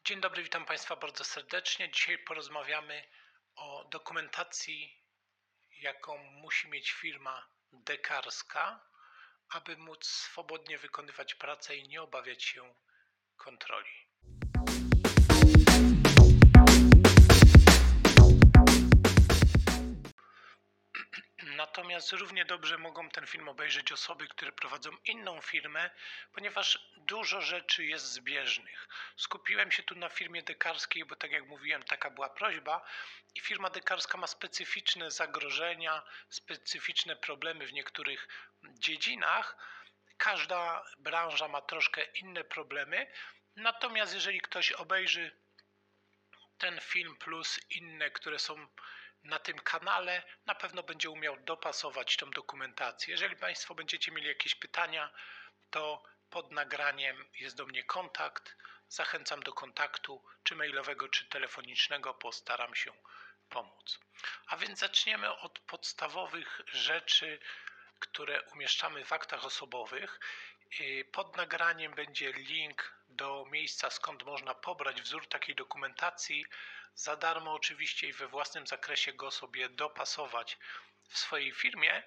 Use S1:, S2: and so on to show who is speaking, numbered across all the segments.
S1: Dzień dobry, witam Państwa bardzo serdecznie. Dzisiaj porozmawiamy o dokumentacji, jaką musi mieć firma dekarska, aby móc swobodnie wykonywać pracę i nie obawiać się kontroli. Natomiast równie dobrze mogą ten film obejrzeć osoby, które prowadzą inną firmę, ponieważ dużo rzeczy jest zbieżnych. Skupiłem się tu na firmie dekarskiej, bo tak jak mówiłem, taka była prośba i firma dekarska ma specyficzne zagrożenia, specyficzne problemy w niektórych dziedzinach. Każda branża ma troszkę inne problemy, natomiast jeżeli ktoś obejrzy ten film plus inne, które są na tym kanale, na pewno będzie umiał dopasować tą dokumentację. Jeżeli Państwo będziecie mieli jakieś pytania, to pod nagraniem jest do mnie kontakt. Zachęcam do kontaktu, czy mailowego, czy telefonicznego. Postaram się pomóc. A więc zaczniemy od podstawowych rzeczy, które umieszczamy w aktach osobowych. Pod nagraniem będzie link do miejsca, skąd można pobrać wzór takiej dokumentacji. Za darmo oczywiście i we własnym zakresie go sobie dopasować w swojej firmie,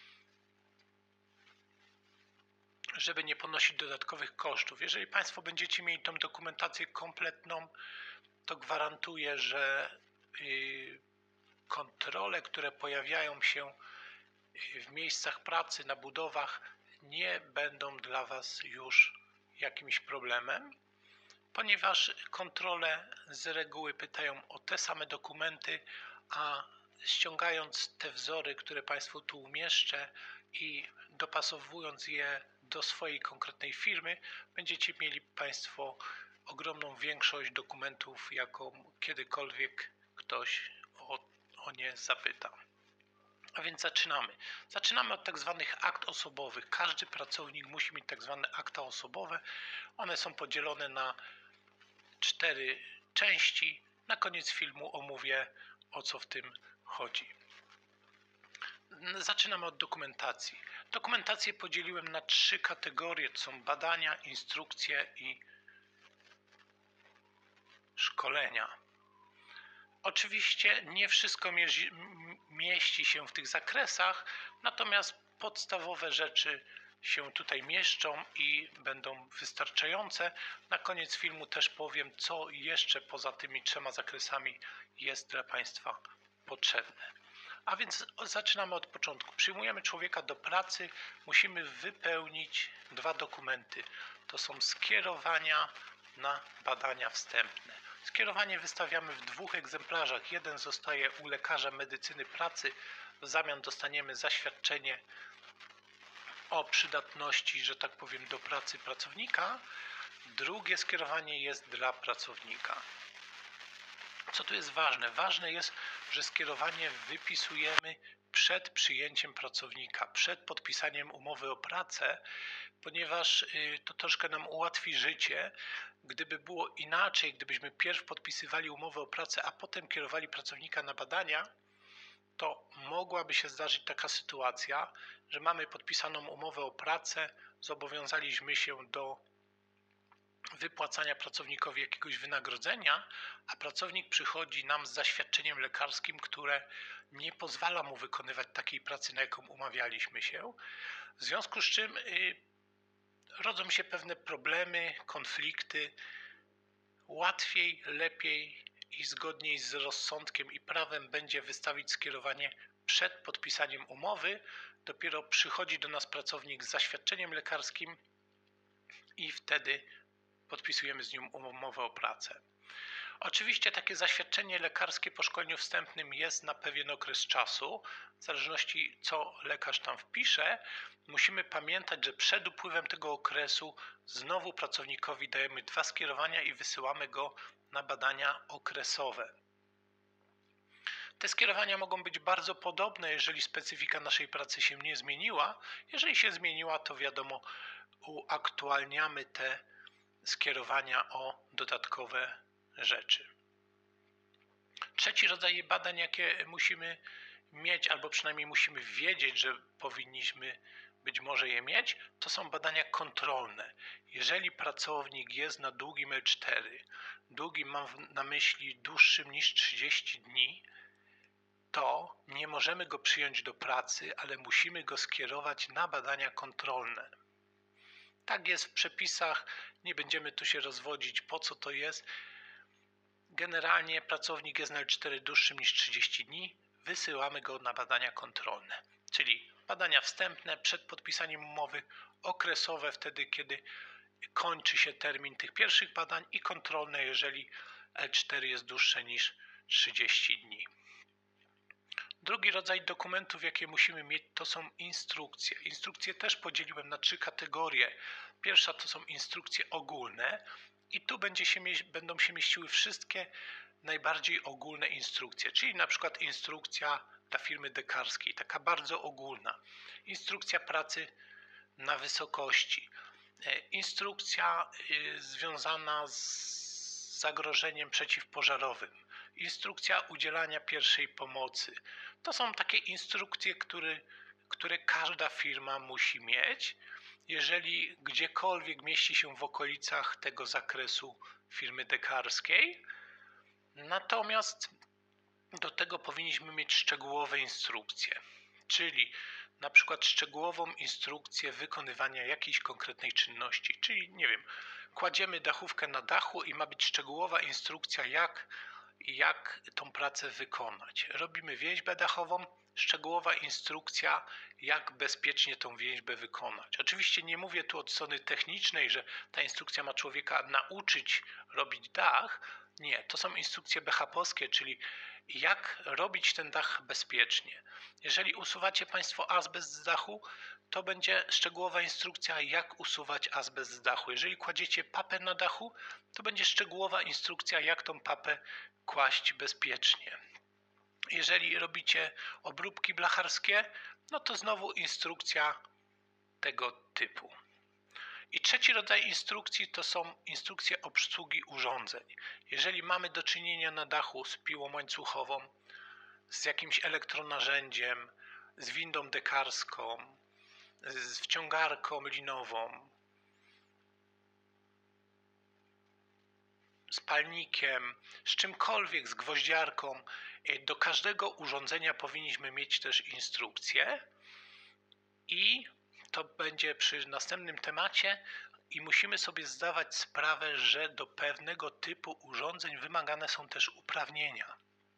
S1: żeby nie ponosić dodatkowych kosztów. Jeżeli Państwo będziecie mieli tą dokumentację kompletną, to gwarantuję, że kontrole, które pojawiają się w miejscach pracy, na budowach, nie będą dla Was już jakimś problemem, ponieważ kontrole z reguły pytają o te same dokumenty, a ściągając te wzory, które Państwu tu umieszczę i dopasowując je do swojej konkretnej firmy, będziecie mieli Państwo ogromną większość dokumentów, jaką kiedykolwiek ktoś o nie zapyta. A więc zaczynamy. Zaczynamy od tak zwanych akt osobowych. Każdy pracownik musi mieć tak zwane akta osobowe. One są podzielone na 4 części. Na koniec filmu omówię, o co w tym chodzi. Zaczynamy od dokumentacji. Dokumentację podzieliłem na 3 kategorie. To są badania, instrukcje i szkolenia. Oczywiście nie wszystko mieści się w tych zakresach, natomiast podstawowe rzeczy się tutaj mieszczą i będą wystarczające. Na koniec filmu też powiem, co jeszcze poza tymi 3 zakresami jest dla Państwa potrzebne. A więc zaczynamy od początku. Przyjmujemy człowieka do pracy, musimy wypełnić 2 dokumenty. To są skierowania na badania wstępne. Skierowanie wystawiamy w 2 egzemplarzach. Jeden zostaje u lekarza medycyny pracy, w zamian dostaniemy zaświadczenie o przydatności, że tak powiem, do pracy pracownika. Drugie skierowanie jest dla pracownika. Co tu jest ważne? Ważne jest, że skierowanie wypisujemy przed przyjęciem pracownika, przed podpisaniem umowy o pracę, ponieważ to troszkę nam ułatwi życie. Gdyby było inaczej, gdybyśmy pierw podpisywali umowę o pracę, a potem kierowali pracownika na badania, to mogłaby się zdarzyć taka sytuacja, że mamy podpisaną umowę o pracę, zobowiązaliśmy się do wypłacania pracownikowi jakiegoś wynagrodzenia, a pracownik przychodzi nam z zaświadczeniem lekarskim, które nie pozwala mu wykonywać takiej pracy, na jaką umawialiśmy się. W związku z czym rodzą się pewne problemy, konflikty. Łatwiej, lepiej i zgodniej z rozsądkiem i prawem będzie wystawić skierowanie przed podpisaniem umowy. Dopiero przychodzi do nas pracownik z zaświadczeniem lekarskim i wtedy podpisujemy z nim umowę o pracę. Oczywiście takie zaświadczenie lekarskie po szkoleniu wstępnym jest na pewien okres czasu. W zależności co lekarz tam wpisze, musimy pamiętać, że przed upływem tego okresu znowu pracownikowi dajemy 2 skierowania i wysyłamy go na badania okresowe. Te skierowania mogą być bardzo podobne, jeżeli specyfika naszej pracy się nie zmieniła. Jeżeli się zmieniła, to wiadomo, uaktualniamy te skierowania o dodatkowe rzeczy. Trzeci rodzaj badań, jakie musimy mieć, albo przynajmniej musimy wiedzieć, że powinniśmy być może je mieć, to są badania kontrolne. Jeżeli pracownik jest na długim L4, długim mam na myśli dłuższym niż 30 dni, to nie możemy go przyjąć do pracy, ale musimy go skierować na badania kontrolne. Tak jest w przepisach, nie będziemy tu się rozwodzić, po co to jest. Generalnie pracownik jest na L4 dłuższym niż 30 dni, wysyłamy go na badania kontrolne, czyli badania wstępne przed podpisaniem umowy, okresowe wtedy, kiedy kończy się termin tych pierwszych badań i kontrolne, jeżeli L4 jest dłuższe niż 30 dni. Drugi rodzaj dokumentów, jakie musimy mieć, to są instrukcje. Instrukcje też podzieliłem na 3 kategorie. Pierwsza to są instrukcje ogólne i tu będą się mieściły wszystkie najbardziej ogólne instrukcje, czyli na przykład instrukcja dla firmy dekarskiej, taka bardzo ogólna. Instrukcja pracy na wysokości. Instrukcja związana z zagrożeniem przeciwpożarowym. Instrukcja udzielania pierwszej pomocy. To są takie instrukcje, które każda firma musi mieć, jeżeli gdziekolwiek mieści się w okolicach tego zakresu firmy dekarskiej. Natomiast do tego powinniśmy mieć szczegółowe instrukcje, czyli na przykład szczegółową instrukcję wykonywania jakiejś konkretnej czynności, czyli nie wiem, kładziemy dachówkę na dachu i ma być szczegółowa instrukcja, jak tą pracę wykonać. Robimy więźbę dachową, szczegółowa instrukcja, jak bezpiecznie tą więźbę wykonać. Oczywiście nie mówię tu od strony technicznej, że ta instrukcja ma człowieka nauczyć robić dach. Nie, to są instrukcje BHP-owskie, czyli jak robić ten dach bezpiecznie. Jeżeli usuwacie Państwo azbest z dachu, to będzie szczegółowa instrukcja, jak usuwać azbest z dachu. Jeżeli kładziecie papę na dachu, to będzie szczegółowa instrukcja, jak tą papę kłaść bezpiecznie. Jeżeli robicie obróbki blacharskie, no to znowu instrukcja tego typu. I trzeci rodzaj instrukcji to są instrukcje obsługi urządzeń. Jeżeli mamy do czynienia na dachu z piłą łańcuchową, z jakimś elektronarzędziem, z windą dekarską, z wciągarką linową, z palnikiem, z czymkolwiek, z gwoździarką, do każdego urządzenia powinniśmy mieć też instrukcję i to będzie przy następnym temacie i musimy sobie zdawać sprawę, że do pewnego typu urządzeń wymagane są też uprawnienia.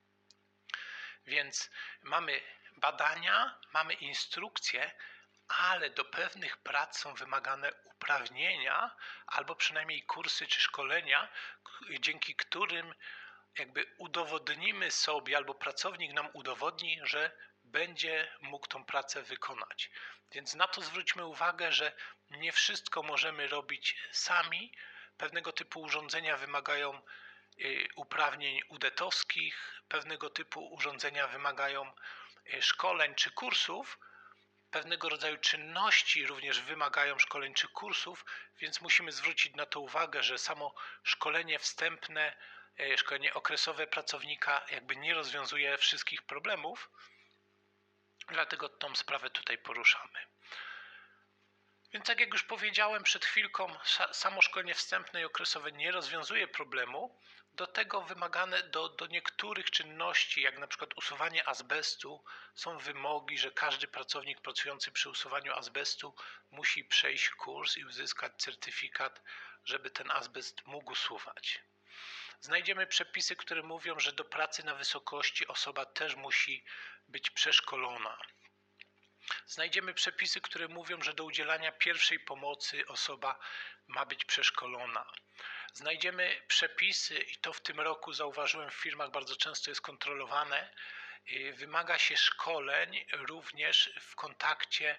S1: Więc mamy badania, mamy instrukcje, ale do pewnych prac są wymagane uprawnienia albo przynajmniej kursy czy szkolenia, dzięki którym jakby udowodnimy sobie albo pracownik nam udowodni, że będzie mógł tą pracę wykonać. Więc na to zwróćmy uwagę, że nie wszystko możemy robić sami. Pewnego typu urządzenia wymagają uprawnień UDT-owskich, pewnego typu urządzenia wymagają szkoleń czy kursów, pewnego rodzaju czynności również wymagają szkoleń czy kursów, więc musimy zwrócić na to uwagę, że samo szkolenie wstępne, szkolenie okresowe pracownika jakby nie rozwiązuje wszystkich problemów, dlatego tą sprawę tutaj poruszamy. Więc tak jak już powiedziałem przed chwilką, samo szkolenie wstępne i okresowe nie rozwiązuje problemu. Do tego wymagane do niektórych czynności, jak na przykład usuwanie azbestu, są wymogi, że każdy pracownik pracujący przy usuwaniu azbestu musi przejść kurs i uzyskać certyfikat, żeby ten azbest mógł usuwać. Znajdziemy przepisy, które mówią, że do pracy na wysokości osoba też musi być przeszkolona. Znajdziemy przepisy, które mówią, że do udzielania pierwszej pomocy osoba ma być przeszkolona. Znajdziemy przepisy, i to w tym roku zauważyłem w firmach bardzo często jest kontrolowane, wymaga się szkoleń również w kontakcie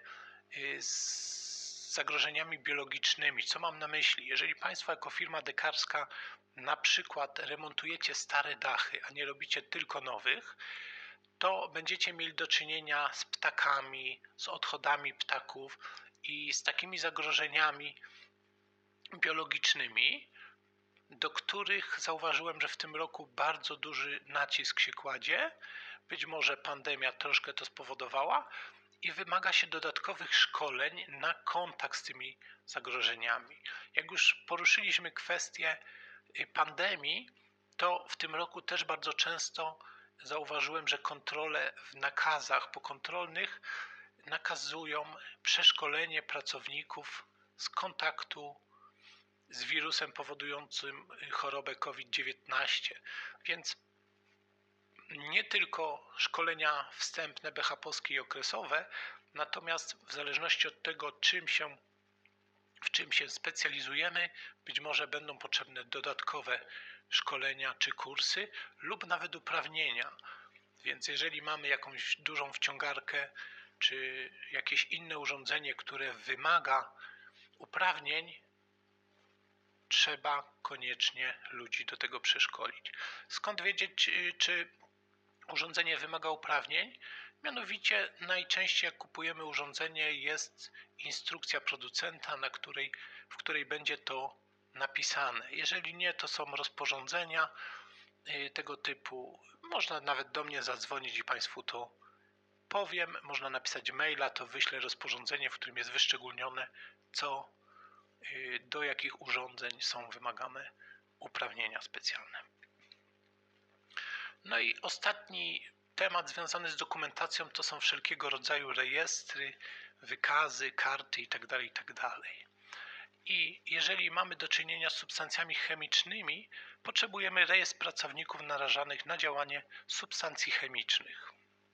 S1: z zagrożeniami biologicznymi. Co mam na myśli? Jeżeli Państwo jako firma dekarska na przykład remontujecie stare dachy, a nie robicie tylko nowych, to będziecie mieli do czynienia z ptakami, z odchodami ptaków i z takimi zagrożeniami biologicznymi, do których zauważyłem, że w tym roku bardzo duży nacisk się kładzie. Być może pandemia troszkę to spowodowała i wymaga się dodatkowych szkoleń na kontakt z tymi zagrożeniami. Jak już poruszyliśmy kwestię pandemii, to w tym roku też bardzo często zauważyłem, że kontrole w nakazach pokontrolnych nakazują przeszkolenie pracowników z kontaktu z wirusem powodującym chorobę COVID-19. Więc nie tylko szkolenia wstępne, BHP-owskie i okresowe, natomiast w zależności od tego, w czym się specjalizujemy, być może będą potrzebne dodatkowe szkolenia czy kursy lub nawet uprawnienia. Więc jeżeli mamy jakąś dużą wciągarkę czy jakieś inne urządzenie, które wymaga uprawnień, trzeba koniecznie ludzi do tego przeszkolić. Skąd wiedzieć, czy urządzenie wymaga uprawnień? Mianowicie najczęściej jak kupujemy urządzenie, jest instrukcja producenta, w której będzie to napisane. Jeżeli nie, to są rozporządzenia tego typu. Można nawet do mnie zadzwonić i Państwu to powiem. Można napisać maila, to wyślę rozporządzenie, w którym jest wyszczególnione, do jakich urządzeń są wymagane uprawnienia specjalne. No i ostatni temat związany z dokumentacją to są wszelkiego rodzaju rejestry, wykazy, karty itd. I jeżeli mamy do czynienia z substancjami chemicznymi, potrzebujemy rejestr pracowników narażonych na działanie substancji chemicznych.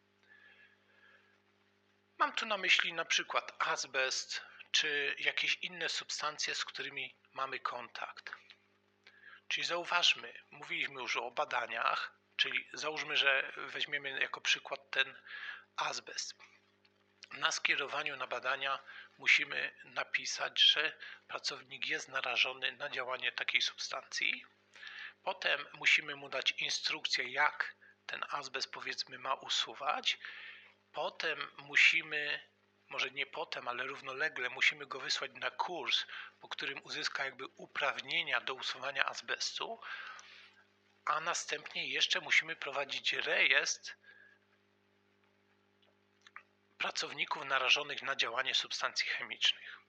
S1: Mam tu na myśli na przykład azbest czy jakieś inne substancje, z którymi mamy kontakt. Czyli zauważmy, mówiliśmy już o badaniach, czyli załóżmy, że weźmiemy jako przykład ten azbest. Na skierowaniu na badania musimy napisać, że pracownik jest narażony na działanie takiej substancji. Potem musimy mu dać instrukcję, jak ten azbest powiedzmy ma usuwać. Potem musimy, może nie potem, ale równolegle musimy go wysłać na kurs, po którym uzyska jakby uprawnienia do usuwania azbestu, a następnie jeszcze musimy prowadzić rejestr pracowników narażonych na działanie substancji chemicznych.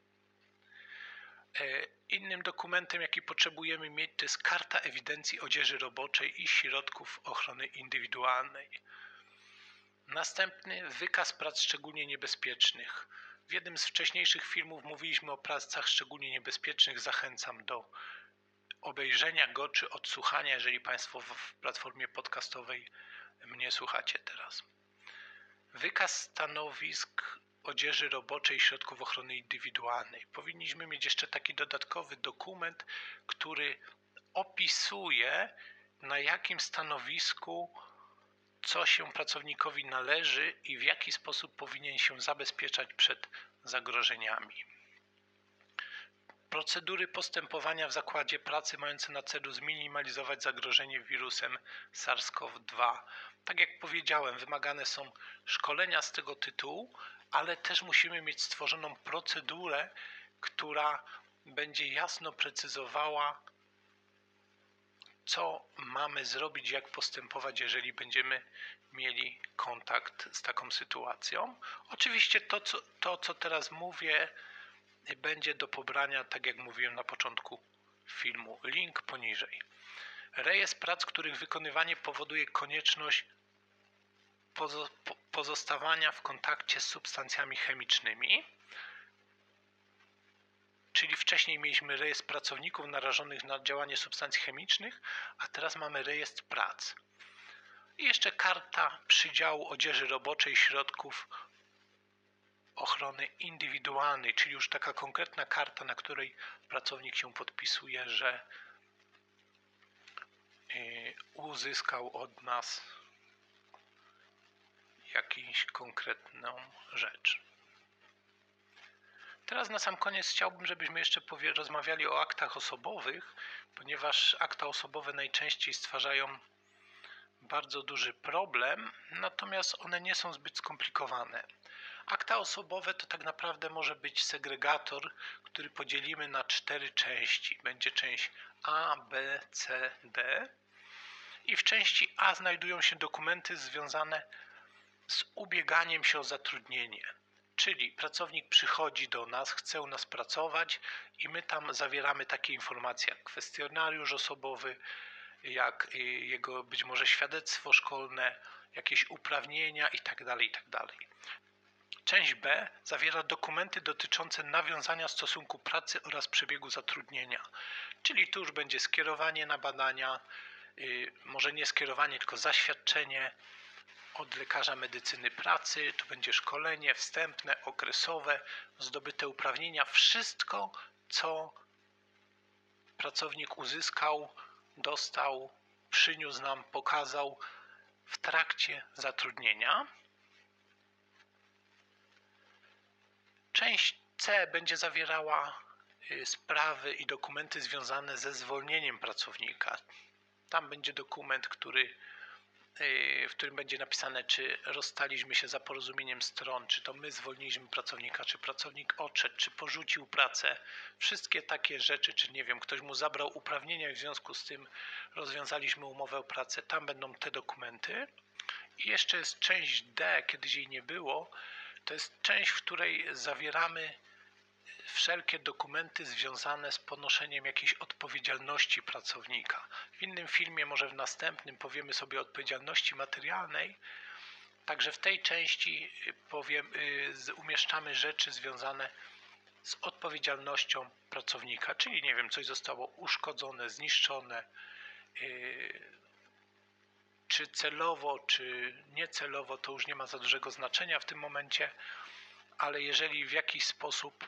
S1: Innym dokumentem, jaki potrzebujemy mieć, to jest karta ewidencji odzieży roboczej i środków ochrony indywidualnej. Następny wykaz prac szczególnie niebezpiecznych. W jednym z wcześniejszych filmów mówiliśmy o pracach szczególnie niebezpiecznych. Zachęcam do obejrzenia go czy odsłuchania, jeżeli Państwo w platformie podcastowej mnie słuchacie teraz. Wykaz stanowisk odzieży roboczej i środków ochrony indywidualnej. Powinniśmy mieć jeszcze taki dodatkowy dokument, który opisuje, na jakim stanowisku co się pracownikowi należy i w jaki sposób powinien się zabezpieczać przed zagrożeniami. Procedury postępowania w zakładzie pracy mające na celu zminimalizować zagrożenie wirusem SARS-CoV-2. Tak jak powiedziałem, wymagane są szkolenia z tego tytułu, ale też musimy mieć stworzoną procedurę, która będzie jasno precyzowała, co mamy zrobić, jak postępować, jeżeli będziemy mieli kontakt z taką sytuacją. Oczywiście to, co teraz mówię, będzie do pobrania, tak jak mówiłem na początku filmu. Link poniżej. Rejestr prac, których wykonywanie powoduje konieczność pozostawania w kontakcie z substancjami chemicznymi. Czyli wcześniej mieliśmy rejestr pracowników narażonych na działanie substancji chemicznych, a teraz mamy rejestr prac. I jeszcze karta przydziału odzieży roboczej, środków ochrony indywidualnej, czyli już taka konkretna karta, na której pracownik się podpisuje, że uzyskał od nas jakąś konkretną rzecz. Teraz na sam koniec chciałbym, żebyśmy jeszcze rozmawiali o aktach osobowych, ponieważ akta osobowe najczęściej stwarzają bardzo duży problem, natomiast one nie są zbyt skomplikowane. Akta osobowe to tak naprawdę może być segregator, który podzielimy na 4 części. Będzie część A, B, C, D. I w części A znajdują się dokumenty związane z ubieganiem się o zatrudnienie. Czyli pracownik przychodzi do nas, chce u nas pracować i my tam zawieramy takie informacje jak kwestionariusz osobowy, jak jego być może świadectwo szkolne, jakieś uprawnienia itd. itd. Część B zawiera dokumenty dotyczące nawiązania stosunku pracy oraz przebiegu zatrudnienia, czyli tu już będzie skierowanie na badania, może nie skierowanie, tylko zaświadczenie od lekarza medycyny pracy, tu będzie szkolenie wstępne, okresowe, zdobyte uprawnienia, wszystko co pracownik uzyskał, dostał, przyniósł nam, pokazał w trakcie zatrudnienia. Część C będzie zawierała sprawy i dokumenty związane ze zwolnieniem pracownika. Tam będzie dokument, w którym będzie napisane, czy rozstaliśmy się za porozumieniem stron, czy to my zwolniliśmy pracownika, czy pracownik odszedł, czy porzucił pracę. Wszystkie takie rzeczy, czy nie wiem, ktoś mu zabrał uprawnienia i w związku z tym rozwiązaliśmy umowę o pracę. Tam będą te dokumenty. I jeszcze jest część D, kiedyś jej nie było. To jest część, w której zawieramy wszelkie dokumenty związane z ponoszeniem jakiejś odpowiedzialności pracownika. W innym filmie, może w następnym, powiemy sobie o odpowiedzialności materialnej. Także w tej części umieszczamy rzeczy związane z odpowiedzialnością pracownika, czyli nie wiem, coś zostało uszkodzone, zniszczone, czy celowo, czy niecelowo, to już nie ma za dużego znaczenia w tym momencie, ale jeżeli w jakiś sposób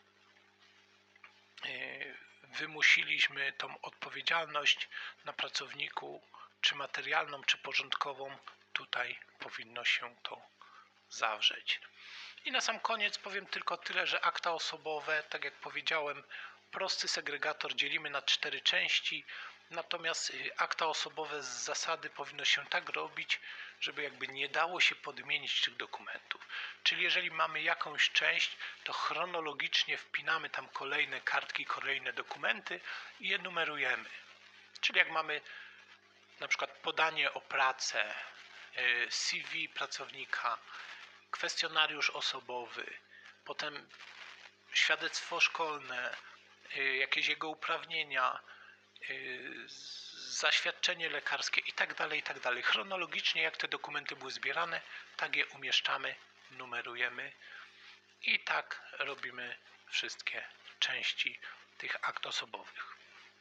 S1: wymusiliśmy tą odpowiedzialność na pracowniku, czy materialną, czy porządkową, tutaj powinno się to zawrzeć. I na sam koniec powiem tylko tyle, że akta osobowe, tak jak powiedziałem, prosty segregator dzielimy na 4 części, natomiast akta osobowe z zasady powinno się tak robić, żeby jakby nie dało się podmienić tych dokumentów. Czyli jeżeli mamy jakąś część, to chronologicznie wpinamy tam kolejne kartki, kolejne dokumenty i je numerujemy. Czyli jak mamy na przykład podanie o pracę, CV pracownika, kwestionariusz osobowy, potem świadectwo szkolne, jakieś jego uprawnienia, zaświadczenie lekarskie itd., itd. Chronologicznie jak te dokumenty były zbierane, tak je umieszczamy, numerujemy i tak robimy wszystkie części tych akt osobowych.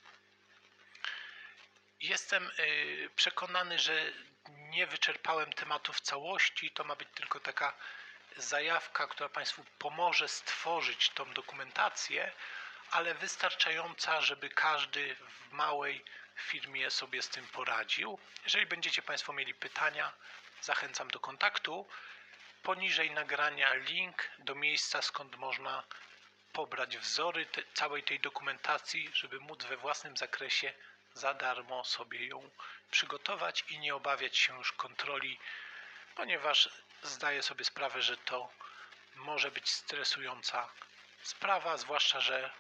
S1: Jestem przekonany, że nie wyczerpałem tematu w całości. To ma być tylko taka zajawka, która Państwu pomoże stworzyć tą dokumentację, ale wystarczająca, żeby każdy w małej firmie sobie z tym poradził. Jeżeli będziecie Państwo mieli pytania, zachęcam do kontaktu. Poniżej nagrania link do miejsca, skąd można pobrać wzory całej tej dokumentacji, żeby móc we własnym zakresie za darmo sobie ją przygotować i nie obawiać się już kontroli, ponieważ zdaję sobie sprawę, że to może być stresująca sprawa, zwłaszcza że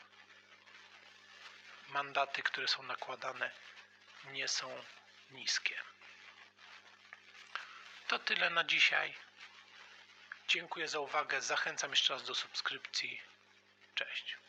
S1: mandaty, które są nakładane, nie są niskie. To tyle na dzisiaj. Dziękuję za uwagę. Zachęcam jeszcze raz do subskrypcji. Cześć.